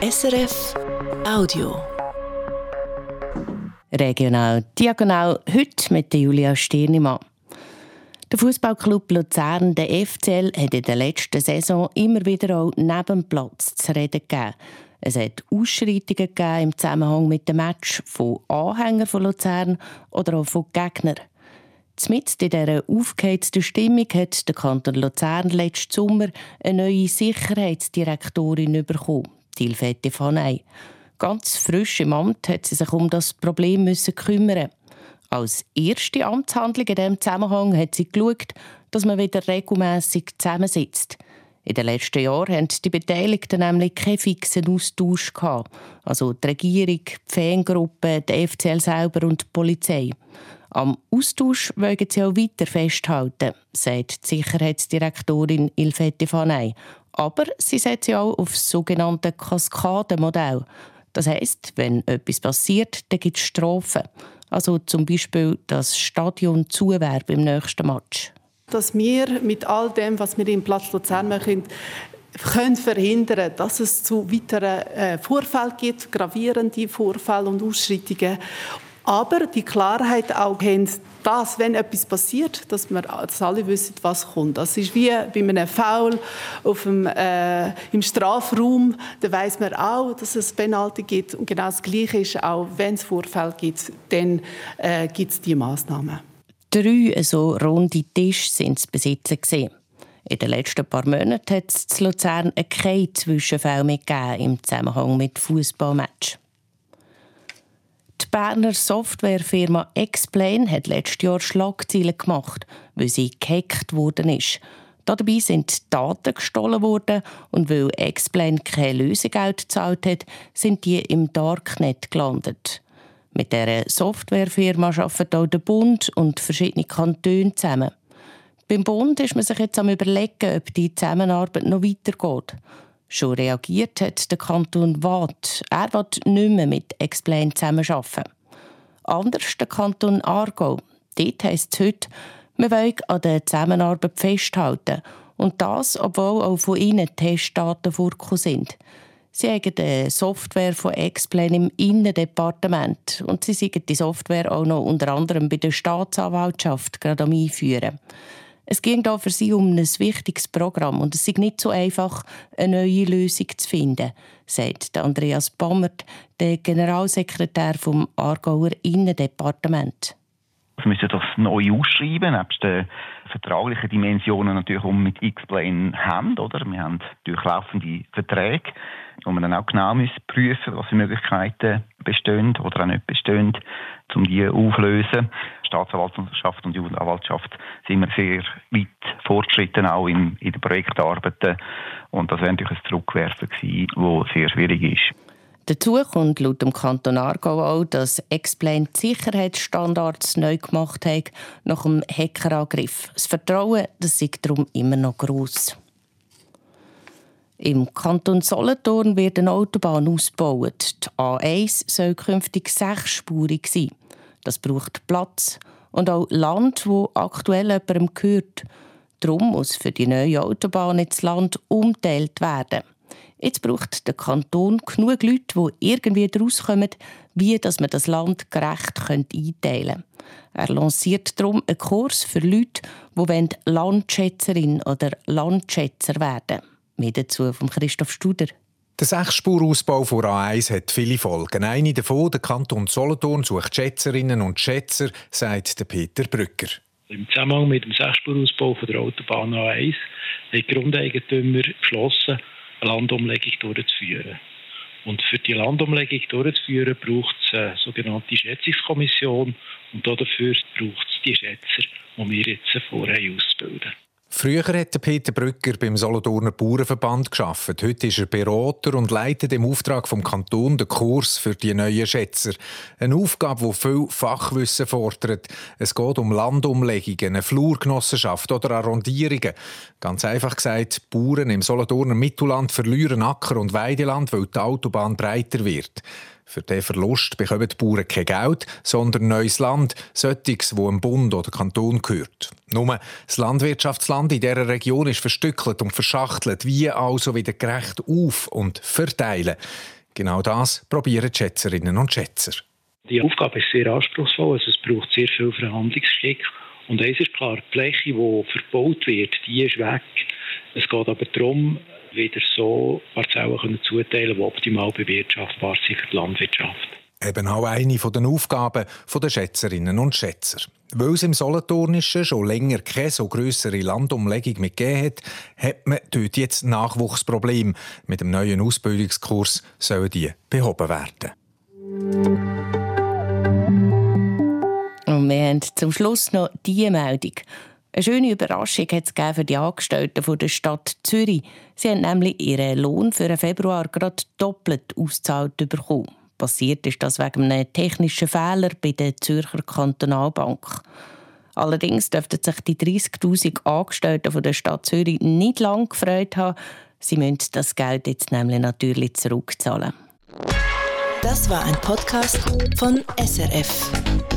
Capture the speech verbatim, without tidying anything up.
S R F Audio. Regional Diagonal, heute mit Julia Stirnimann. Der Fußballclub Luzern, der F C L, hat in der letzten Saison immer wieder auch neben dem Platz zu reden gegeben. Es hat Ausschreitungen gegeben im Zusammenhang mit dem Match von Anhängern von Luzern oder auch von Gegnern. Mitten in dieser aufgeheizten Stimmung hat der Kanton Luzern letzten Sommer eine neue Sicherheitsdirektorin bekommen, Ilfete Fanay. Ganz frisch im Amt hat sie sich um das Problem müssen kümmern. Als erste Amtshandlung in diesem Zusammenhang hat sie geschaut, dass man wieder regelmässig zusammensitzt. In den letzten Jahren hatten die Beteiligten nämlich keinen fixen Austausch gehabt. Also die Regierung, die Fangruppe, der F C L selber und die Polizei. Am Austausch wollen sie auch weiter festhalten, sagt die Sicherheitsdirektorin Ilfete Fanay. Aber sie setzt auch auf das sogenannte Kaskadenmodell. Das heisst, wenn etwas passiert, dann gibt es Strafen. Also zum Beispiel das Stadion zu wäre beim nächsten Match. Dass wir mit all dem, was wir im Platz Luzern machen, können verhindern, dass es zu weiteren äh, Vorfällen gibt, gravierende Vorfälle und Ausschreitungen. Aber die Klarheit auch haben, dass, wenn etwas passiert, dass wir dass alle wissen, was kommt. Das ist wie bei einem Foul auf dem, äh, im Strafraum. Da weiss man auch, dass es Penalty gibt. Und genau das Gleiche ist auch, wenn es Vorfälle gibt, dann äh, gibt es diese Massnahmen. Drei so runde Tische sind es bis jetzt gewesen. In den letzten paar Monaten hat es in Luzern keinen Zwischenfall mehr gegeben im Zusammenhang mit Fußballmatch. Die Berner Softwarefirma Explain hat letztes Jahr Schlagzeilen gemacht, weil sie gehackt worden ist. Dabei sind Daten gestohlen worden und weil Explain kein Lösegeld gezahlt hat, sind die im Darknet gelandet. Mit dieser Softwarefirma arbeiten auch der Bund und verschiedene Kantone zusammen. Beim Bund ist man sich jetzt am Überlegen, ob die Zusammenarbeit noch weitergeht. Schon reagiert hat der Kanton Waadt. Er will nicht mehr mit Explain zusammenarbeiten. Anders der Kanton Aargau. Dort heisst es heute, wir wollen an der Zusammenarbeit festhalten. Und das, obwohl auch von ihnen Testdaten vorgekommen sind. Sie haben die Software von Explain im Innendepartement. Und sie sind die Software auch noch unter anderem bei der Staatsanwaltschaft gerade am Einführen. Es ging da für sie um ein wichtiges Programm und es ist nicht so einfach, eine neue Lösung zu finden, sagt Andreas Bammert, der Generalsekretär vom Aargauer Innendepartement. Wir müssen das neu ausschreiben, nebst den vertraglichen Dimensionen natürlich, die wir mit Explain haben. Oder? Wir haben durchlaufende Verträge, wo wir dann auch genau müssen prüfen, was für Möglichkeiten bestehen oder auch nicht bestehen, um die aufzulösen. Staatsanwaltschaft und Jugendanwaltschaft sind wir sehr weit fortgeschritten, auch in, in den Projektarbeiten. Und das wäre natürlich ein Zurückwerfen gewesen, das sehr schwierig ist. Dazu kommt laut dem Kanton Aargau auch, dass Explain die Sicherheitsstandards neu gemacht hat nach dem Hackerangriff. Das Vertrauen das ist darum immer noch gross. Im Kanton Solothurn wird eine Autobahn ausgebaut. Die A eins soll künftig sechsspurig sein. Das braucht Platz und auch Land, das aktuell jemandem gehört. Darum muss für die neue Autobahn ins Land umgeteilt werden. Jetzt braucht der Kanton genug Leute, die irgendwie daraus kommen, wie dass man das Land gerecht einteilen könnte. Er lanciert darum einen Kurs für Leute, die Landschätzerin oder Landschätzer werden wollen. Mehr dazu von Christoph Studer. Der Sechsspurausbau von A eins hat viele Folgen. Eine davon, der Kanton Solothurn sucht Schätzerinnen und Schätzer, sagt der Peter Brücker. Im Zusammenhang mit dem Sechsspurausbau der Autobahn A eins haben die Grundeigentümer beschlossen, eine Landomlegung durchzuführen. Und für die Landomlegung durchzuführen, braucht es eine sogenannte Schätzungskommission und dafür braucht es die Schätzer, die wir jetzt vorher ausbilden. Früher hat Peter Brücker beim Solothurner Bauernverband gearbeitet. Heute ist er Berater und leitet im Auftrag vom Kanton den Kurs für die neuen Schätzer. Eine Aufgabe, die viel Fachwissen fordert. Es geht um Landomlegungen, eine Flurgenossenschaft oder Arrondierungen. Ganz einfach gesagt, Bauern im Solothurner Mittelland verlieren Acker- und Weideland, weil die Autobahn breiter wird. Für diesen Verlust bekommen die Bauern kein Geld, sondern neues Land, solches, das dem Bund oder Kanton gehört. Nur das Landwirtschaftsland in dieser Region ist verstückelt und verschachtelt. Wie also wieder gerecht auf- und verteilen? Genau das probieren die Schätzerinnen und Schätzer. Die Aufgabe ist sehr anspruchsvoll, also es braucht sehr viel Verhandlungsgeschick. Und eines ist klar, die Fläche, die verbaut wird, die ist weg. Es geht aber darum, wieder so Parzellen zuteilen, die optimal bewirtschaftbar sind für die Landwirtschaft. Eben auch eine der Aufgaben der Schätzerinnen und Schätzer. Weil es im Solothurnischen schon länger keine so grössere Landumlegung mehr gegeben hat, hat man dort jetzt Nachwuchsprobleme. Mit dem neuen Ausbildungskurs sollen die behoben werden. Und wir haben zum Schluss noch diese Meldung. Eine schöne Überraschung hat es für die Angestellten der Stadt Zürich. Sie haben nämlich ihren Lohn für den Februar gerade doppelt ausgezahlt bekommen. Passiert ist das wegen einem technischen Fehler bei der Zürcher Kantonalbank. Allerdings dürften sich die dreissigtausend Angestellten der Stadt Zürich nicht lange gefreut haben. Sie müssen das Geld jetzt nämlich natürlich zurückzahlen. Das war ein Podcast von S R F.